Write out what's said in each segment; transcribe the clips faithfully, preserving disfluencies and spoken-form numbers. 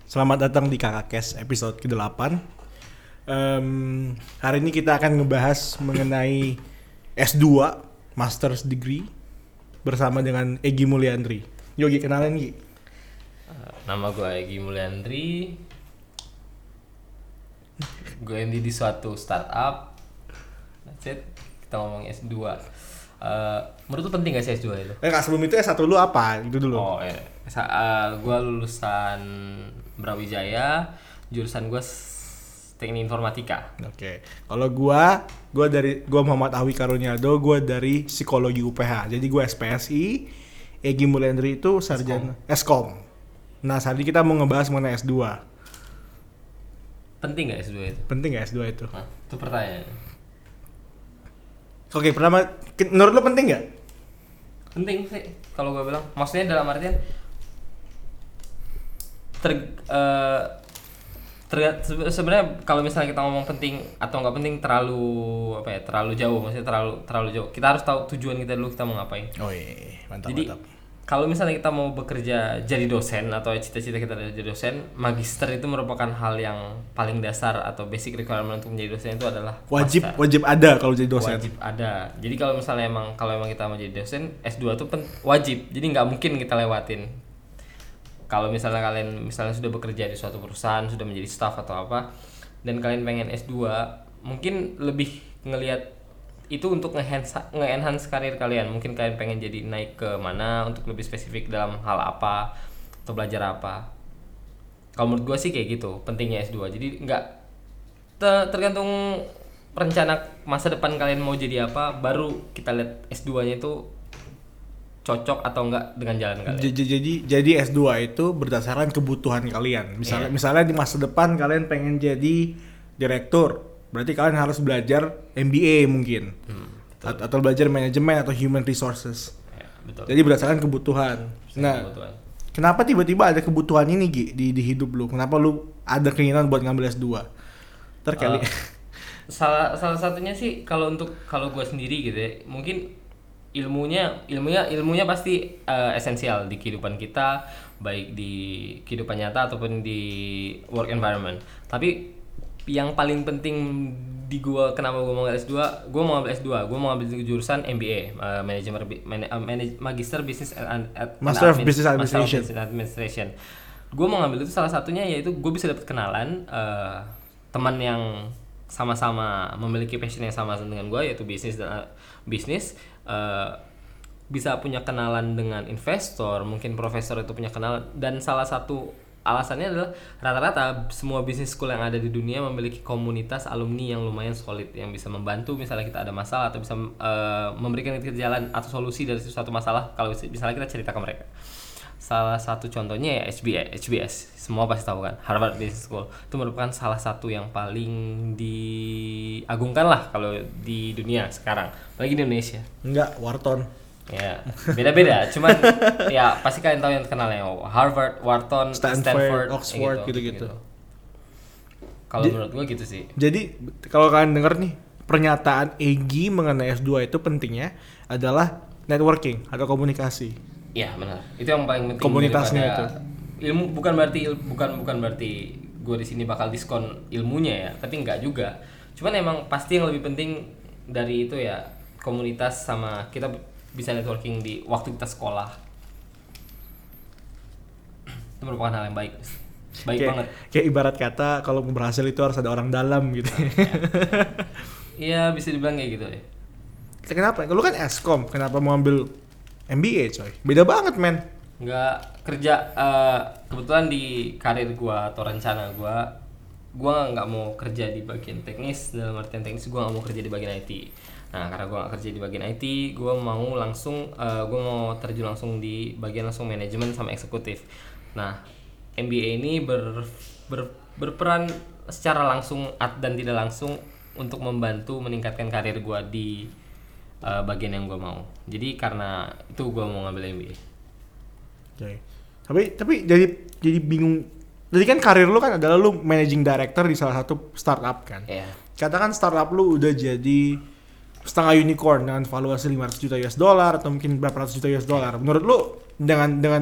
Selamat datang di Kakak Kes episode kedelapan. Um, hari ini kita akan ngebahas mengenai S dua Master's Degree bersama dengan Egy Mulyandri. Yogi, kenalin Gi. Uh, nama gue Egy Mulyandri. Gue M D di suatu startup. That's it. Kita ngomong S dua. Uh, menurut lu penting gak sih S dua itu? Eh, kak, sebelum itu S satu lu apa? Itu dulu. Oh, eh. Uh, gue lulusan Brawijaya, jurusan gue teknik informatika. Oke. Okay. Kalau gua, gua dari gua Muhammad Ahwi Karunyado, gua dari psikologi U P H. Jadi gua S P S I, Egy Mulyandri itu sarjana Eskom. Nah, saat ini kita mau ngebahas mengenai S dua. Penting gak S dua itu? Penting gak S dua itu? Nah, itu pertanyaan. Oke, pertama, menurut lo penting gak? Penting sih, kalau gue bilang. Maksudnya dalam artian ter, uh, ter sebenarnya kalau misalnya kita ngomong penting atau nggak penting terlalu apa ya terlalu jauh, maksudnya terlalu terlalu jauh. Kita harus tahu tujuan kita dulu, kita mau ngapain. Oh iya, mantap. Jadi mantap. kalau misalnya kita mau bekerja jadi dosen atau cita-cita kita jadi dosen, magister itu merupakan hal yang paling dasar atau basic requirement untuk menjadi dosen itu adalah wajib master. wajib ada kalau jadi dosen. Wajib ada. Jadi kalau misalnya emang kalau emang kita mau jadi dosen, S dua itu pen- wajib. Jadi nggak mungkin kita lewatin. Kalau misalnya kalian misalnya sudah bekerja di suatu perusahaan, sudah menjadi staff atau apa, dan kalian pengen S dua, mungkin lebih ngelihat itu untuk nge-enhance, nge-enhance karir kalian. Mungkin kalian pengen jadi naik ke mana untuk lebih spesifik dalam hal apa atau belajar apa. Kalau menurut gue sih kayak gitu, pentingnya S dua. Jadi nggak ter- tergantung rencana masa depan kalian mau jadi apa, baru kita lihat S dua-nya itu cocok atau enggak dengan jalan kalian. Jadi jadi jadi S dua itu berdasarkan kebutuhan kalian. Misalnya Yeah. misalnya di masa depan kalian pengen jadi direktur, berarti kalian harus belajar M B A mungkin. Hmm, A- atau belajar manajemen atau human resources. Ya, betul. Jadi berdasarkan kebutuhan. Nah, Kebutuhan. kenapa tiba-tiba ada kebutuhan ini Gi di di hidup lu? Kenapa lu ada keinginan buat ngambil S dua? Terkali. Uh, salah salah satunya sih kalau untuk kalau gue sendiri gitu ya, mungkin ilmunya ilmunya ilmunya pasti uh, esensial di kehidupan kita, baik di kehidupan nyata ataupun di work environment. Tapi yang paling penting di gua kenapa gua mau ngambil S dua, gua mau ngambil S dua, gua mau ngambil jurusan M B A, uh, manajemen man, uh, manage, Magister Business and, and Master of Admin, Business Master of Administration. Business Administration. Gua mau ngambil itu salah satunya yaitu gua bisa dapat kenalan uh, teman yang sama-sama memiliki passion yang sama dengan gua, yaitu bisnis dan uh, bisnis. Uh, bisa punya kenalan dengan investor, mungkin profesor itu punya kenalan, dan salah satu alasannya adalah rata-rata semua business school yang ada di dunia memiliki komunitas alumni yang lumayan solid yang bisa membantu misalnya kita ada masalah atau bisa uh, memberikan kita jalan atau solusi dari suatu masalah kalau misalnya kita cerita ke mereka. Salah satu contohnya ya H B S, H B S semua pasti tahu kan, Harvard Business School itu merupakan salah satu yang paling diagungkan lah kalau di dunia sekarang, apalagi di Indonesia. Enggak, Wharton. Ya, beda-beda. Cuman ya pasti kalian tahu yang terkenalnya Harvard, Wharton, Stanford, Stanford, Oxford, gitu, gitu-gitu. gitu. Kalau Jadi- menurut gua gitu sih. Jadi kalau kalian denger nih pernyataan Egy mengenai S dua itu pentingnya adalah networking atau komunikasi. Iya benar. Itu yang paling penting. Komunitasnya daripada ilmu. Bukan berarti il- bukan bukan berarti gua di sini bakal diskon ilmunya ya, tapi enggak juga. Cuman emang pasti yang lebih penting dari itu ya komunitas sama kita bisa networking di waktu kita sekolah. Itu merupakan hal yang baik. Baik kayak, banget. Kayak ibarat kata kalau mau berhasil itu harus ada orang dalam gitu. Iya, bisa dibilang kayak gitu ya. Kenapa? Lu kan Eskom, kenapa mau ambil M B A coy? Beda banget men. Nggak kerja uh, kebetulan di karir gua atau rencana gua gua nggak mau kerja di bagian teknis. Dalam artian teknis gua nggak mau kerja di bagian I T. Nah, karena gua nggak kerja di bagian I T, gua mau langsung uh, gua mau terjun langsung di bagian langsung manajemen sama eksekutif. Nah, M B A ini ber, ber, berperan secara langsung dan tidak langsung untuk membantu meningkatkan karir gua di uh, bagian yang gua mau. Jadi karena itu gua mau ngambil M B A. Oke. Tapi tapi jadi jadi bingung. Jadi kan karir lu kan adalah lu managing director di salah satu startup kan. Iya. Katakan startup lu udah jadi setengah unicorn dengan valuasi lima ratus juta U S dollar atau mungkin berapa ratus juta U S dollar. Menurut lu dengan dengan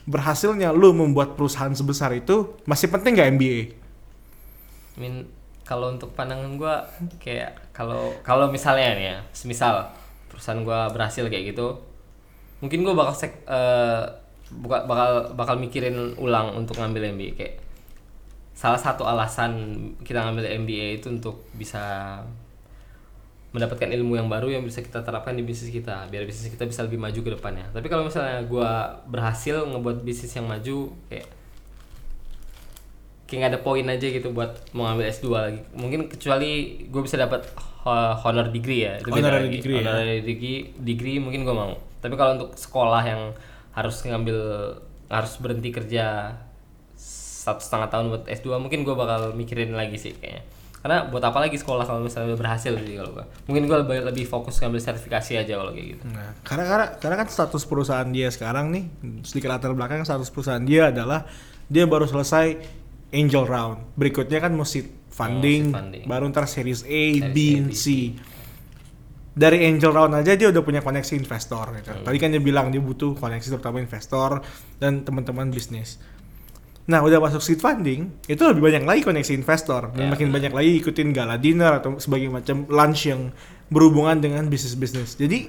berhasilnya lu membuat perusahaan sebesar itu masih penting nggak M B A? I mean, kalau untuk pandangan gue kayak kalau kalau misalnya nih ya, semisal perusahaan gue berhasil kayak gitu, mungkin gue bakal sek, uh, buka, bakal bakal mikirin ulang untuk ngambil M B A. Kayak salah satu alasan kita ngambil M B A itu untuk bisa mendapatkan ilmu yang baru yang bisa kita terapkan di bisnis kita, biar bisnis kita bisa lebih maju ke depannya. Tapi kalau misalnya gue berhasil ngebuat bisnis yang maju, kayak kayak nggak ada poin aja gitu buat mau ngambil S dua lagi. Mungkin kecuali gue bisa dapat honor degree ya, itu beda Honorary lagi. degree ya. Honorary degree, degree mungkin gue mau. Tapi kalau untuk sekolah yang harus ngambil, harus berhenti kerja satu setengah tahun buat S dua, mungkin gue bakal mikirin lagi sih kayaknya. Karena buat apa lagi sekolah kalau misalnya udah berhasil sih kalau gue. Mungkin gue lebih, lebih fokus ngambil sertifikasi aja kalau kayak gitu. Nah, karena karena karena kan status perusahaan dia sekarang nih, sedikit latar belakang, status perusahaan dia adalah dia baru selesai angel round. Berikutnya kan mesti funding, Oh, funding. baru ntar series A, Series B, A, B, C. Dari angel round aja dia udah punya koneksi investor gitu. Hmm. Tadi kan dia bilang dia butuh koneksi terutama investor dan teman-teman bisnis. Nah, udah masuk seed funding, itu lebih banyak lagi koneksi investor dan Ya, makin benar. banyak lagi ikutin gala dinner atau sebagai macam lunch yang berhubungan dengan bisnis-bisnis. Jadi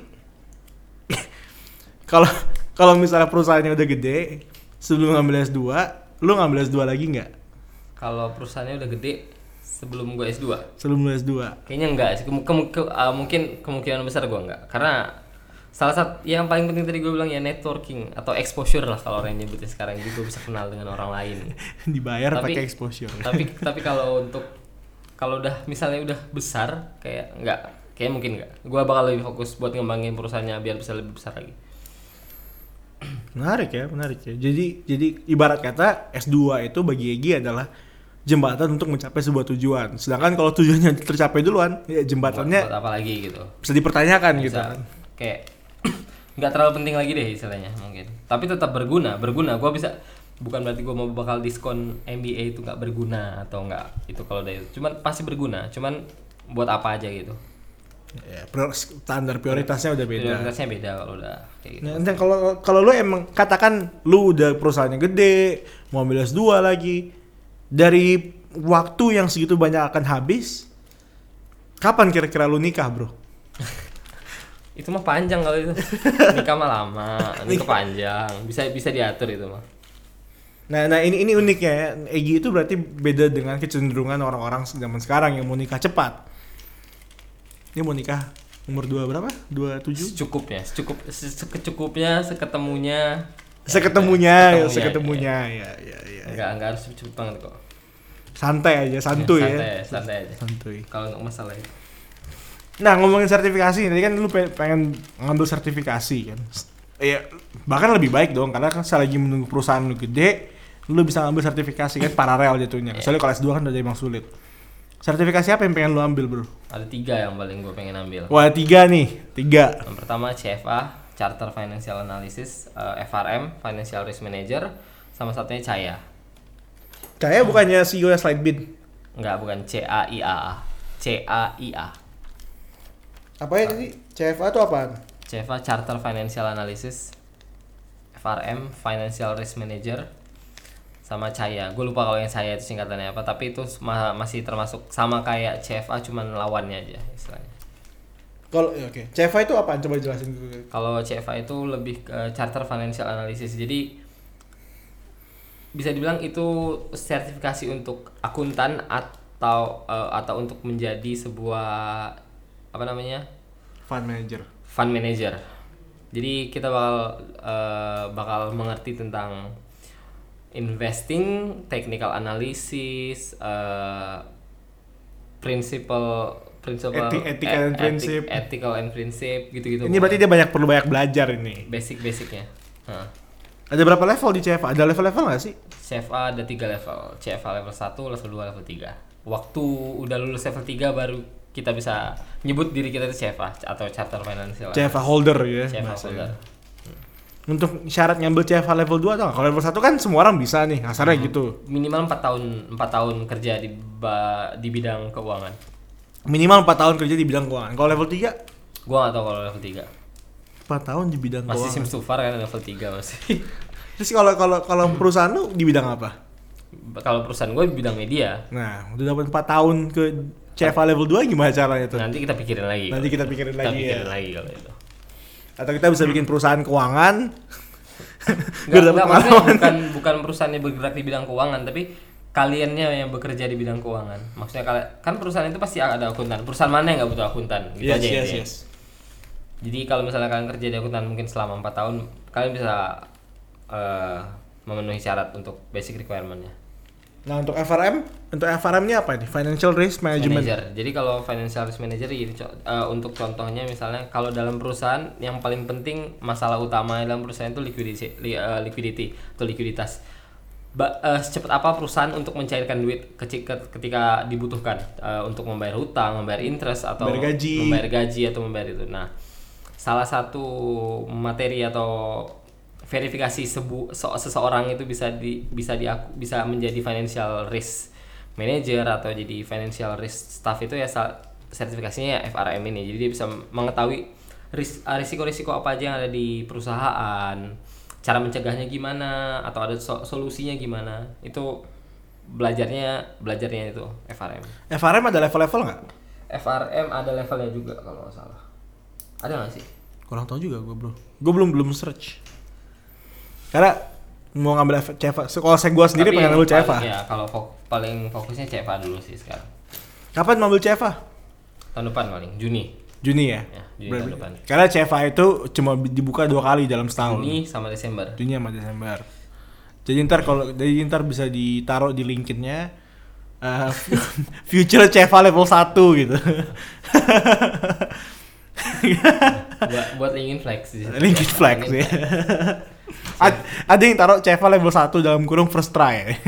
kalau kalau misalnya perusahaannya udah gede, sebelum ngambil S dua, lu ngambil S dua lagi nggak? Kalau perusahaannya udah gede sebelum gue S dua, Sebelum lu S dua. kayaknya enggak sih. Kem- kem- ke- uh, mungkin kemungkinan besar gue enggak. Karena salah satu yang paling penting tadi gue bilang ya networking atau exposure lah kalau orang nyebutnya sekarang. Jadi gue bisa kenal dengan orang lain. Dibayar Tapi- pakai exposure. tapi tapi kalau untuk kalau udah misalnya udah besar kayak enggak, kayak mungkin enggak. Gue bakal lebih fokus buat ngembangin perusahaannya biar bisa lebih besar lagi. Menarik ya, menarik ya. Jadi jadi ibarat kata S dua itu bagi Egy adalah jembatan untuk mencapai sebuah tujuan. Sedangkan kalau tujuannya tercapai duluan, ya jembatannya Buat, buat apa lagi gitu. bisa dipertanyakan gitu Bisa kan. kayak nggak terlalu penting lagi deh istilahnya mungkin, tapi tetap berguna berguna gue bisa, bukan berarti gue mau bakal diskon M B A itu nggak berguna atau nggak itu, kalau dari itu cuman pasti berguna, cuman buat apa aja gitu. Ya, prior- standar prioritasnya udah beda. Prioritasnya beda kalau udah kayak gitu. Nah, dan kalau kalau lu emang katakan lu udah perusahaannya gede, mau ambil S dua lagi, dari waktu yang segitu banyak akan habis, kapan kira-kira lu nikah, bro? Itu mah panjang kalau itu. Nikah mah lama, nikah panjang, bisa bisa diatur itu mah. Nah, nah ini ini uniknya ya. Egy itu berarti beda dengan kecenderungan orang-orang zaman sekarang yang mau nikah cepat. Dia mau nikah umur dua berapa? dua puluh tujuh? Secukupnya, secukup se- sekecukupnya, seketemunya. Seketemunya, ya, seketemunya, seketemunya, ya, ya, ya. Enggak enggak harus cepet banget kok. Santai aja, santuy ya. santai, santai aja. Santuy. Kalau untuk masalah itu. Nah, ngomongin sertifikasi, tadi kan lu pe- pengen ngambil sertifikasi kan. Ya, bahkan lebih baik dong, karena kan selagi menunggu perusahaan lu gede, lu bisa ngambil sertifikasi kan paralel jatuhnya. Soalnya kalau S dua kan udah emang sulit. Sertifikasi apa yang pengen lu ambil, bro? Ada tiga yang paling gue pengen ambil. Wah, tiga nih, tiga. Yang pertama C F A, Charter Financial Analysis, eh, F R M, Financial Risk Manager, sama satunya Caya. Caya bukannya C E O ya Slidebit? Enggak, bukan C A I A. C A I A. Apa ya tadi? C F A itu apaan? C F A Charter Financial Analysis, F R M Financial Risk Manager, sama Caya. Gue lupa kalau yang Caya itu singkatannya apa, tapi itu ma- masih termasuk sama kayak C F A cuman lawannya aja istilahnya. Kalau ya, oke. C F A itu apaan? Coba jelasin dulu. Kalau C F A itu lebih ke Charter Financial Analysis. Jadi bisa dibilang itu sertifikasi untuk akuntan atau uh, atau untuk menjadi sebuah apa namanya? Fund manager. Fund manager. Jadi kita bakal uh, bakal mengerti tentang investing, technical analysis, uh, principle principle Eti- ethical and e- principle. etik- ethical and principle gitu-gitu. Ini berarti dia banyak perlu banyak belajar ini. basic-basicnya. Nah, Ada berapa level di C F A? Ada level-level nggak sih? C F A ada tiga level. C F A level satu, level dua, level tiga. Waktu udah lulus level tiga baru kita bisa nyebut diri kita itu C F A atau Charter Financial. C F A holder ya. C F A bahasanya. holder. Untuk syarat ngambil C F A level dua atau nggak? Kalau level satu kan semua orang bisa nih, kasarnya Hmm. gitu. Minimal empat tahun empat tahun kerja di ba- di bidang keuangan. Minimal empat tahun kerja di bidang keuangan. Kalau level tiga? Gua nggak tahu kalau level tiga. empat tahun di bidang Masih keuangan. Sims Too Far kan level tiga masih. Terus kalau kalau kalau perusahaan lu di bidang apa? Kalau perusahaan gue di bidang media. Nah, udah dapat empat tahun ke C F A level dua gimana caranya tuh? Nanti kita pikirin lagi. Nanti kita pikirin kita lagi pikirin ya. lagi kalau itu. Atau kita bisa bikin perusahaan keuangan. Enggak, enggak maksudnya bukan bukan perusahaan yang bergerak di bidang keuangan, tapi kaliannya yang bekerja di bidang keuangan. Maksudnya kan perusahaan itu pasti ada akuntan. Perusahaan mana yang nggak butuh akuntan? Gitu Yes, aja yes, ya. yes. Jadi kalau misalnya kalian kerja di akuntan mungkin selama empat tahun, kalian bisa uh, memenuhi syarat untuk basic requirement-nya. Nah, untuk F R M, untuk F R M-nya apa nih? Financial Risk Management. Manager. Jadi kalau financial risk manager ini uh, untuk contohnya misalnya kalau dalam perusahaan yang paling penting masalah utama dalam perusahaan itu liquidity, li, uh, liquidity atau likuiditas. Ba, uh, secepat apa perusahaan untuk mencairkan duit ketika, ketika dibutuhkan uh, untuk membayar hutang, membayar interest atau membayar gaji. membayar gaji atau membayar itu. Nah, salah satu materi atau verifikasi sebu, so, seseorang itu bisa di bisa di bisa menjadi financial risk manager atau jadi financial risk staff itu ya sertifikasinya ya F R M ini. Jadi dia bisa mengetahui ris, risiko-risiko apa aja yang ada di perusahaan, cara mencegahnya gimana atau ada so, solusinya gimana. Itu belajarnya belajarnya itu F R M. F R M ada level-level nggak? F R M ada levelnya juga kalau nggak salah. Ada nggak sih? Kurang tahu juga gue bro. Gue belum belum search. Karena mau ngambil C F A. Kalau saya gue sendiri Tapi pengen ngambil C F A. Ya kalau fok, paling fokusnya C F A dulu sih sekarang. Kapan mau ambil C F A? Tahun depan paling Juni. Juni ya. Ya, Juni tahun depan. Karena C F A itu cuma dibuka dua kali dalam setahun. Juni sama Desember. Juni sama Desember. Jadi ntar kalau jadi ntar bisa ditaruh di LinkedIn-nya uh, future C F A level satu gitu. buat buat ingin flex sih. LinkedIn flex ya. Ad, ada yang taruh C F A level satu dalam kurung first try.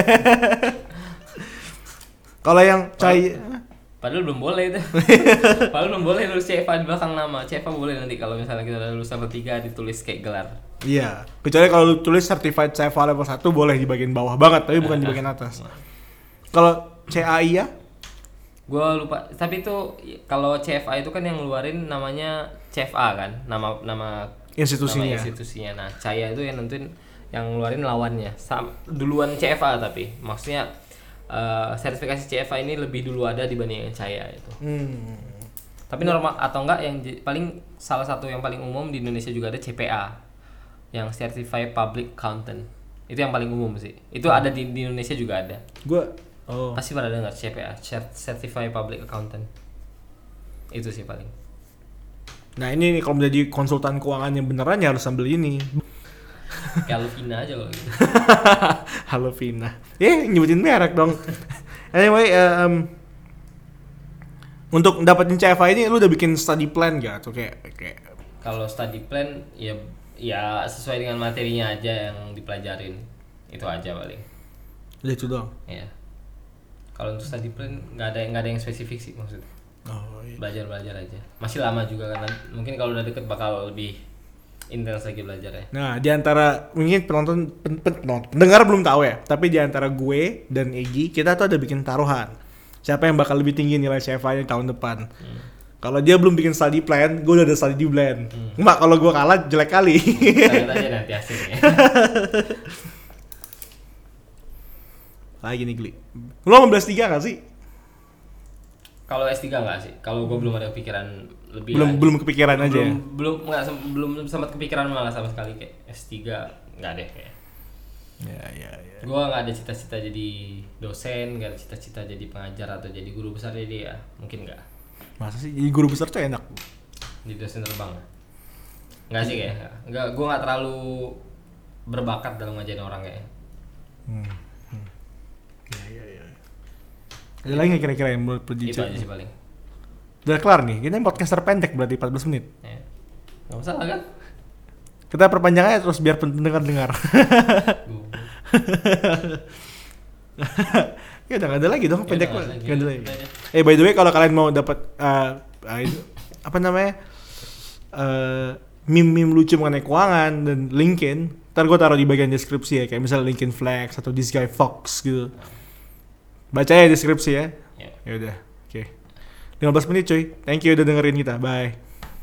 Kalau yang cai Padahal belum boleh itu. Padahal belum boleh lulus C F A di belakang nama. C F A boleh nanti kalau misalnya kita udah lulus level tiga ditulis kayak gelar. Iya, kecuali kalau lu tulis certified C F A level satu boleh di bagian bawah banget, tapi bukan di bagian atas. Kalau C A I ya? Gua lupa. Tapi itu kalau C F A itu kan yang ngeluarin namanya C F A kan, nama nama Institusinya. Nama institusinya. Nah, Caya itu yang nentuin yang ngeluarin lawannya. Sam, duluan C F A tapi maksudnya uh, sertifikasi C F A ini lebih dulu ada dibanding yang Caya itu. Hmm. Tapi normal atau enggak yang j- paling salah satu yang paling umum di Indonesia juga ada C P A. Yang Certified Public Accountant. Itu yang paling umum sih. Itu ada di, di Indonesia juga ada. Gua oh. Pasti pada dengar C P A, Certified Public Accountant. Itu sih paling. Nah, ini nih kalau menjadi konsultan keuangan yang beneran ya harus ambil ini. Kayak Alvina aja kalau gitu. Halo Vina. Eh, nyebutin merek dong. Anyway, um, untuk dapetin C F A ini lu udah bikin study plan gak? Atau kayak kayak Kalau study plan ya ya sesuai dengan materinya aja yang dipelajarin. Itu aja paling. udah itu doang. Iya. Kalau untuk study plan nggak ada nggak ada yang spesifik sih maksudnya. Oh, iya. Belajar belajar aja. Masih lama juga kan. Mungkin kalau udah deket bakal lebih intens lagi belajar ya. Nah, di antara mungkin penonton pen, pen, penonton, pendengar belum tahu ya, tapi di antara gue dan Egi kita tuh ada bikin taruhan. Siapa yang bakal lebih tinggi nilai C F A-nya tahun depan? Hmm. Kalau dia belum bikin study plan, gue udah ada study plan. Hmm. Mbak, kalau gue kalah jelek kali. Kita lihat aja nanti hasilnya. Lagi nih Gli. Lo mau S tiga gak sih? Kalau S tiga enggak sih. Kalau gue belum ada pikiran lebih belum lagi. belum kepikiran aja belum, ya. Belum enggak belum sempat kepikiran malah sama sekali kayak S tiga enggak deh kayak. Ya ya ya. Gue enggak ada cita-cita jadi dosen, enggak ada cita-cita jadi pengajar atau jadi guru besar, jadi ya mungkin enggak. Masa sih jadi guru besar tuh enak? Jadi dosen terbang. Enggak sih kayak. Enggak, gue enggak terlalu berbakat dalam ngajarin orang kayak. Hmm. hmm. Ya ya ya. Ada lagi nggak kira-kira yang menurut Puji? Itu aja sih paling. Udah kelar nih, kita podcaster pendek berarti empat belas menit. Ya. Gak masalah kan? Kita perpanjang aja terus biar pendengar dengar. Ya udah nggak ada lagi dong, pendek ya, nggak ada lagi. Eh by the way kalau kalian mau dapat uh, uh, apa namanya uh, meme-meme lucu mengenai keuangan dan LinkedIn, ntar gue taruh di bagian deskripsi ya, kayak misalnya LinkedIn Flex atau This Guy Fox gitu. Baca ya deskripsi ya. Ya udah, oke. Okay. lima belas menit cuy. Thank you udah dengerin kita. Bye.